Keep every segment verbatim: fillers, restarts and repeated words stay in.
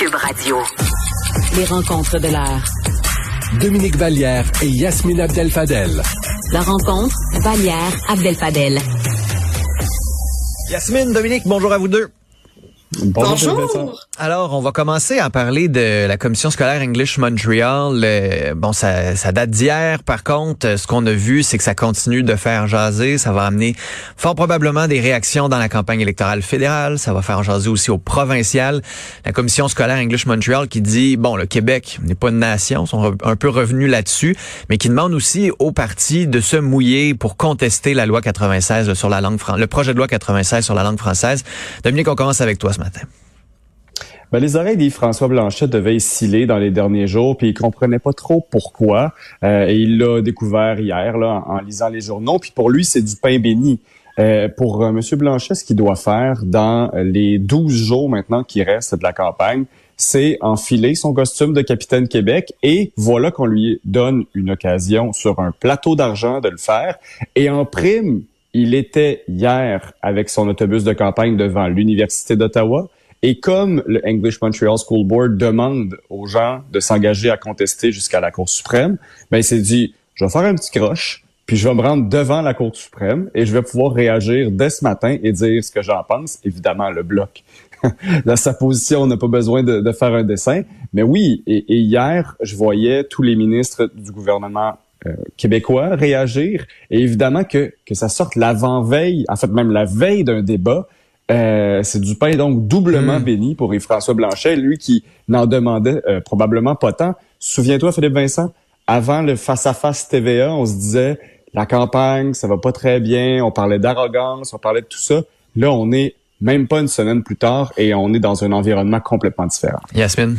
Cube Radio. Les rencontres de l'heure. Dominique Vallière et Yasmine Abdel-Fadel. La rencontre, Vallière-Abdel-Fadel. Yasmine, Dominique, bonjour à vous deux. Bonjour. Bonjour. Alors, on va commencer à parler de la commission scolaire English Montreal. Euh, bon, ça, ça date d'hier. Par contre, ce qu'on a vu, c'est que ça continue de faire jaser. Ça va amener fort probablement des réactions dans la campagne électorale fédérale. Ça va faire jaser aussi au provincial. La commission scolaire English Montreal qui dit, bon, le Québec n'est pas une nation, ils sont un peu revenus là-dessus, mais qui demande aussi aux partis de se mouiller pour contester la loi quatre-vingt-seize sur la langue française, le projet de loi quatre-vingt-seize sur la langue française. Dominique, on commence avec toi ce matin. Ben, les oreilles d'Yves-François Blanchet devaient sciller dans les derniers jours, puis il comprenait pas trop pourquoi. Euh, et il l'a découvert hier là, en, en lisant les journaux. Puis pour lui, c'est du pain béni. Euh, pour euh, M. Blanchet, ce qu'il doit faire dans les douze jours maintenant qui restent de la campagne, c'est enfiler son costume de capitaine Québec. Et voilà qu'on lui donne une occasion sur un plateau d'argent de le faire. Et en prime, il était hier avec son autobus de campagne devant l'Université d'Ottawa. Et comme le English Montreal School Board demande aux gens de s'engager à contester jusqu'à la Cour suprême, ben il s'est dit, je vais faire un petit croche, puis je vais me rendre devant la Cour suprême et je vais pouvoir réagir dès ce matin et dire ce que j'en pense. Évidemment, le bloc. Dans sa position, on n'a pas besoin de, de faire un dessin. Mais oui, et, et hier, je voyais tous les ministres du gouvernement euh, québécois réagir. Et évidemment que, que ça sorte l'avant-veille, en fait même la veille d'un débat. Euh, c'est du pain donc doublement mmh. béni pour Yves-François Blanchet, lui qui n'en demandait euh, probablement pas tant. Souviens-toi, Philippe Vincent, avant le face-à-face T V A, on se disait la campagne, ça va pas très bien, on parlait d'arrogance, on parlait de tout ça. Là, on est même pas une semaine plus tard et on est dans un environnement complètement différent. Yasmine?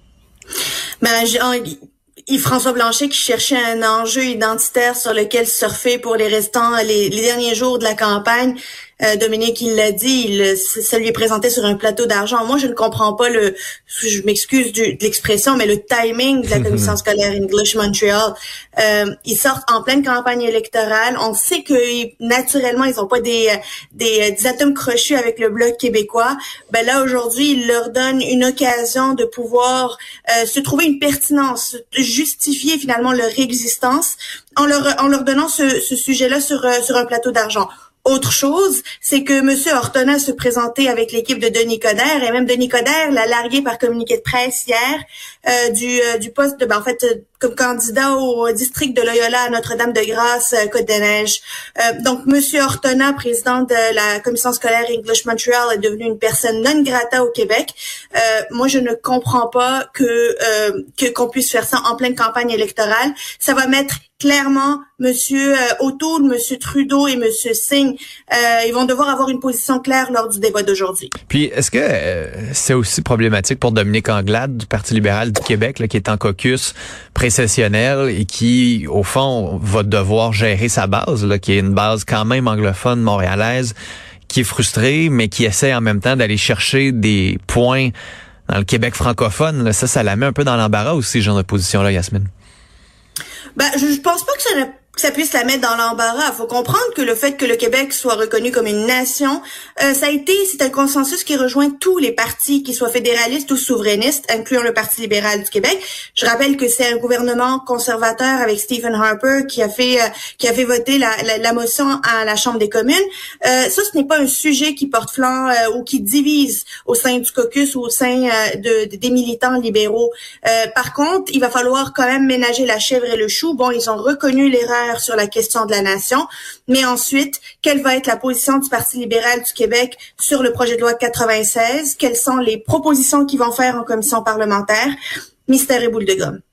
Ben, j'ai... Yves-François Blanchet qui cherchait un enjeu identitaire sur lequel surfer pour les restants, les, les derniers jours de la campagne. Euh, Dominique, il l'a dit, il, ça lui est présenté sur un plateau d'argent. Moi, je ne comprends pas le, je m'excuse du, de l'expression, mais le timing de la commission scolaire English Montreal. Euh, ils sortent en pleine campagne électorale. On sait que naturellement, ils n'ont pas des, des, des atomes crochus avec le Bloc québécois. Ben là, aujourd'hui, ils leur donnent une occasion de pouvoir euh, se trouver une pertinence, justifier finalement leur existence en leur, en leur donnant ce, ce sujet-là sur, sur un plateau d'argent. Autre chose, c'est que M. Ortona se présentait avec l'équipe de Denis Coderre, et même Denis Coderre l'a largué par communiqué de presse hier euh, du, euh, du poste de, ben, en fait, euh, comme candidat au district de Loyola à Notre-Dame-de-Grâce, euh, Côte-des-Neiges. Euh, donc, M. Ortona, président de la commission scolaire English Montreal, est devenu une personne non grata au Québec. Euh, moi, je ne comprends pas que, euh, que qu'on puisse faire ça en pleine campagne électorale. Ça va mettre clairement Monsieur euh, O'Toole, Monsieur Trudeau et Monsieur Singh, euh, ils vont devoir avoir une position claire lors du débat d'aujourd'hui. Puis, est-ce que euh, c'est aussi problématique pour Dominique Anglade du Parti libéral du Québec, là, qui est en caucus précessionnel et qui, au fond, va devoir gérer sa base, là, qui est une base quand même anglophone montréalaise, qui est frustrée, mais qui essaie en même temps d'aller chercher des points dans le Québec francophone. Là. Ça, ça la met un peu dans l'embarras aussi, ce genre de position-là, Yasmine. Ben, je, je pense pas que ça ne que ça puisse la mettre dans l'embarras. Il faut comprendre que le fait que le Québec soit reconnu comme une nation, euh, ça a été, c'est un consensus qui rejoint tous les partis, qu'ils soient fédéralistes ou souverainistes, incluant le Parti libéral du Québec. Je rappelle que c'est un gouvernement conservateur avec Stephen Harper qui a fait euh, qui a fait voter la, la, la motion à la Chambre des communes. Euh, ça, ce n'est pas un sujet qui porte flanc euh, ou qui divise au sein du caucus ou au sein euh, de, de, des militants libéraux. Euh, par contre, il va falloir quand même ménager la chèvre et le chou. Bon, ils ont reconnu l'erreur sur la question de la nation, mais ensuite, quelle va être la position du Parti libéral du Québec sur le projet de loi quatre-vingt-seize? Quelles sont les propositions qu'ils vont faire en commission parlementaire? Mystère et boule de gomme.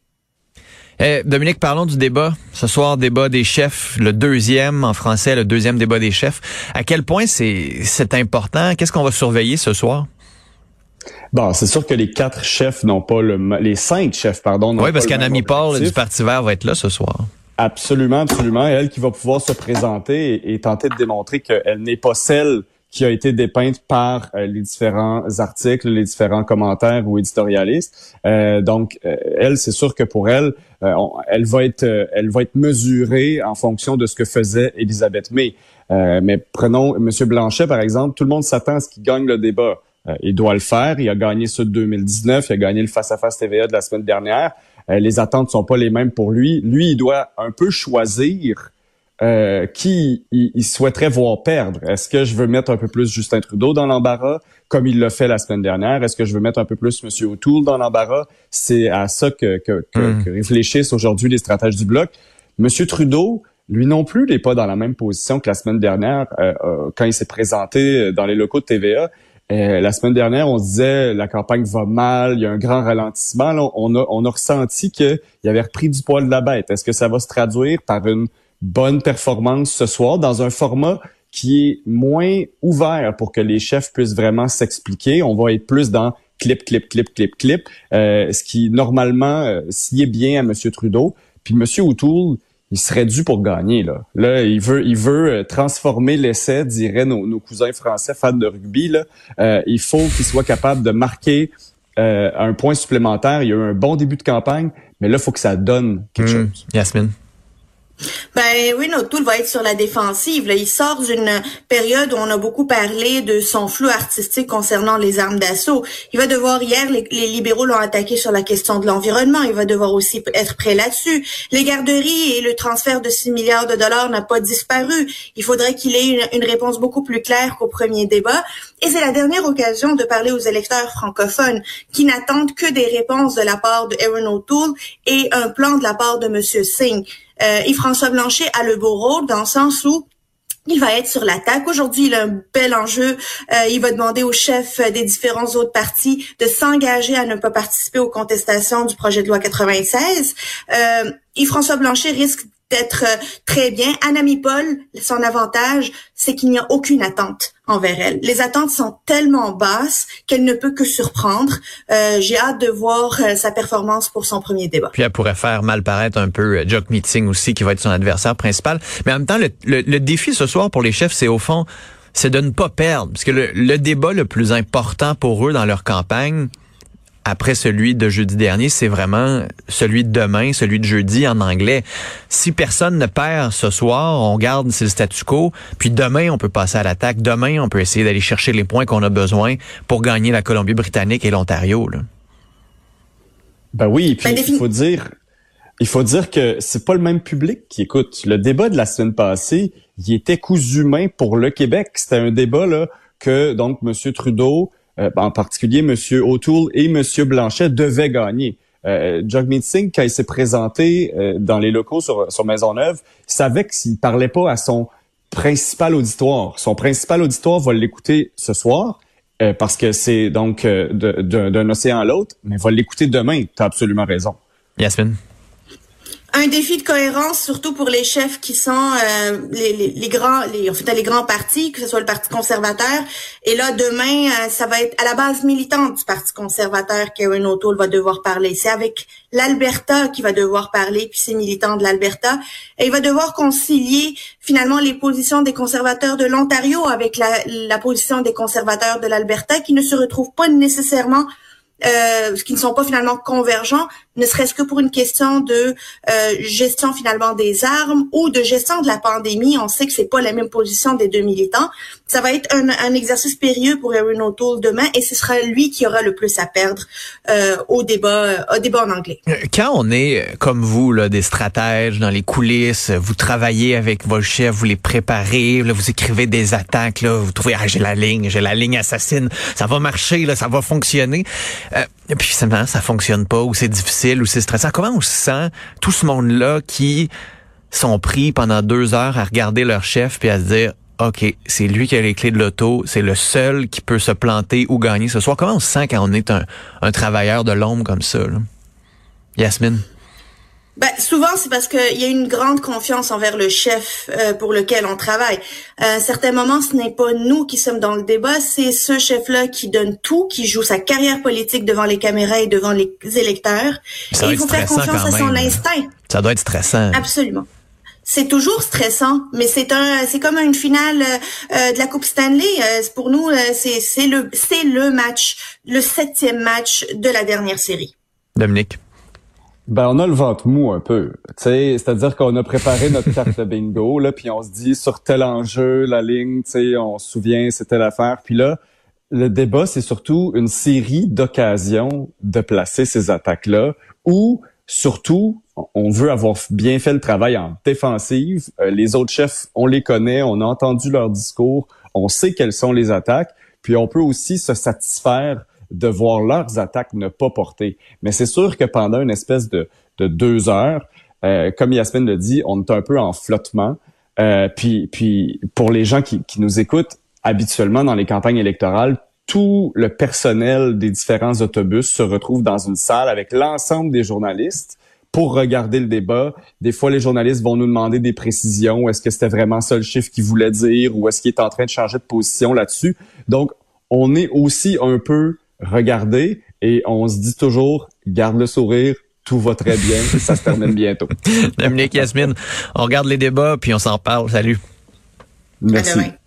Eh, Dominique, parlons du débat. Ce soir, débat des chefs, le deuxième en français, le deuxième débat des chefs. À quel point c'est, c'est important? Qu'est-ce qu'on va surveiller ce soir? Bon, c'est sûr que les quatre chefs n'ont pas le... Les cinq chefs, pardon, n'ont oui, pas parce qu'Anami Paul du Parti vert va être là ce soir. Absolument, absolument. Elle qui va pouvoir se présenter et, et tenter de démontrer qu'elle n'est pas celle qui a été dépeinte par euh, les différents articles, les différents commentaires ou éditorialistes. Euh, donc, euh, elle, c'est sûr que pour elle, euh, on, elle va être, euh, elle va être mesurée en fonction de ce que faisait Elisabeth May. Euh, mais prenons M. Blanchet, par exemple. Tout le monde s'attend à ce qu'il gagne le débat. Euh, il doit le faire. Il a gagné ceux de deux mille dix-neuf. Il a gagné le face-à-face T V A de la semaine dernière. Euh, les attentes sont pas les mêmes pour lui. Lui, il doit un peu choisir euh, qui il, il souhaiterait voir perdre. Est-ce que je veux mettre un peu plus Justin Trudeau dans l'embarras, comme il l'a fait la semaine dernière? Est-ce que je veux mettre un peu plus M. O'Toole dans l'embarras? C'est à ça que, que, que, mmh. que réfléchissent aujourd'hui les stratèges du Bloc. M. Trudeau, lui non plus, n'est pas dans la même position que la semaine dernière euh, euh, quand il s'est présenté dans les locaux de T V A. Euh, la semaine dernière, on se disait la campagne va mal, il y a un grand ralentissement. Là, on a on a ressenti qu'il avait repris du poil de la bête. Est-ce que ça va se traduire par une bonne performance ce soir dans un format qui est moins ouvert pour que les chefs puissent vraiment s'expliquer? On va être plus dans clip, clip, clip, clip, clip, euh, ce qui normalement euh, sied bien à M. Trudeau. Puis M. O'Toole, il serait dû pour gagner, là. Là, il veut, il veut transformer l'essai, diraient nos, nos cousins français fans de rugby, là. Euh, il faut qu'il soit capable de marquer euh, un point supplémentaire. Il y a eu un bon début de campagne, mais là, il faut que ça donne quelque mmh. chose. Yasmine. Ben oui, O'Toole va être sur la défensive. Là, il sort d'une période où on a beaucoup parlé de son flou artistique concernant les armes d'assaut. Il va devoir, hier, les, les libéraux l'ont attaqué sur la question de l'environnement. Il va devoir aussi être prêt là-dessus. Les garderies et le transfert de six milliards de dollars n'a pas disparu. Il faudrait qu'il ait une, une réponse beaucoup plus claire qu'au premier débat. Et c'est la dernière occasion de parler aux électeurs francophones qui n'attendent que des réponses de la part de Erin O'Toole et un plan de la part de M. Singh. Euh, et François Blanchet a le beau rôle dans le sens où il va être sur l'attaque. Aujourd'hui, il a un bel enjeu. Euh, il va demander aux chefs des différents autres partis de s'engager à ne pas participer aux contestations du projet de loi quatre-vingt-seize. Euh, et François Blanchet risque d'être euh, très bien. Anna-Mie Paul, son avantage, c'est qu'il n'y a aucune attente envers elle. Les attentes sont tellement basses qu'elle ne peut que surprendre. Euh, j'ai hâte de voir euh, sa performance pour son premier débat. Puis elle pourrait faire mal paraître un peu euh, Jock Meeting aussi, qui va être son adversaire principal. Mais en même temps, le, le, le défi ce soir pour les chefs, c'est au fond, c'est de ne pas perdre. Parce que le, le débat le plus important pour eux dans leur campagne, après celui de jeudi dernier, c'est vraiment celui de demain, celui de jeudi en anglais. Si personne ne perd ce soir, on garde c'est le statu quo, puis demain, on peut passer à l'attaque. Demain, on peut essayer d'aller chercher les points qu'on a besoin pour gagner la Colombie-Britannique et l'Ontario, là. Ben oui, puis ben, il faut dire il faut dire que c'est pas le même public qui écoute. Le débat de la semaine passée, il était cousu main pour le Québec. C'était un débat là que donc M. Trudeau, Euh, en particulier M. O'Toole et M. Blanchet devaient gagner. Euh, Jagmeet Singh, quand il s'est présenté euh, dans les locaux sur, sur Maisonneuve, il savait qu'il parlait pas à son principal auditoire. Son principal auditoire va l'écouter ce soir, euh, parce que c'est donc euh, de, de, d'un océan à l'autre, mais va l'écouter demain. Tu as absolument raison. Yasmine. Un défi de cohérence, surtout pour les chefs qui sont euh, les, les, les grands, les, en fait, les grands partis, que ce soit le Parti conservateur. Et là, demain, euh, ça va être à la base militante du Parti conservateur qu'Erin O'Toole va devoir parler. C'est avec l'Alberta qu'il va devoir parler, puis ses militants de l'Alberta. Et il va devoir concilier finalement les positions des conservateurs de l'Ontario avec la, la position des conservateurs de l'Alberta, qui ne se retrouvent pas nécessairement Euh, qui ne sont pas finalement convergents, ne serait-ce que pour une question de euh, gestion finalement des armes ou de gestion de la pandémie. On sait que c'est pas la même position des deux militants. Ça va être un, un exercice périlleux pour Erin O'Toole demain, et ce sera lui qui aura le plus à perdre euh, au débat, au débat en anglais. Quand on est comme vous là, des stratèges dans les coulisses, vous travaillez avec vos chefs, vous les préparez, là, vous écrivez des attaques, là, vous trouvez ah j'ai la ligne, j'ai la ligne assassine, ça va marcher, là, ça va fonctionner. Euh, et puis finalement, ça fonctionne pas, ou c'est difficile, ou c'est stressant. Comment on se sent, tout ce monde-là qui sont pris pendant deux heures à regarder leur chef puis à se dire « OK, c'est lui qui a les clés de l'auto, c'est le seul qui peut se planter ou gagner ce soir. » Comment on se sent quand on est un, un travailleur de l'ombre comme ça, là? Yasmine? Ben, souvent, c'est parce qu'il y a une grande confiance envers le chef euh, pour lequel on travaille. À un certain moment, ce n'est pas nous qui sommes dans le débat, c'est ce chef-là qui donne tout, qui joue sa carrière politique devant les caméras et devant les électeurs. Ça et il faut faire confiance à son même. instinct. Ça doit être stressant. Absolument. C'est toujours stressant, mais c'est un, c'est comme une finale euh, de la Coupe Stanley. Euh, pour nous, euh, c'est, c'est le, c'est le match, le septième match de la dernière série. Dominique. Ben, on a le ventre mou un peu, tu sais, c'est-à-dire qu'on a préparé notre carte de bingo, là, puis on se dit sur tel enjeu, la ligne, tu sais, on se souvient, c'était l'affaire, puis là, le débat, c'est surtout une série d'occasions de placer ces attaques-là où, surtout, on veut avoir bien fait le travail en défensive. Euh, les autres chefs, on les connaît, on a entendu leur discours, on sait quelles sont les attaques, puis on peut aussi se satisfaire de voir leurs attaques ne pas porter. Mais c'est sûr que pendant une espèce de, de deux heures, euh, comme Yasmine le dit, on est un peu en flottement. Euh, puis, puis pour les gens qui, qui nous écoutent, habituellement dans les campagnes électorales, tout le personnel des différents autobus se retrouve dans une salle avec l'ensemble des journalistes pour regarder le débat. Des fois, les journalistes vont nous demander des précisions. Est-ce que c'était vraiment ça le chiffre qu'il voulait dire ou est-ce qu'il est en train de changer de position là-dessus? Donc, on est aussi un peu regardé et on se dit toujours, garde le sourire, tout va très bien, ça se termine bientôt. Dominique, Yasmine, on regarde les débats puis on s'en parle. Salut. Merci.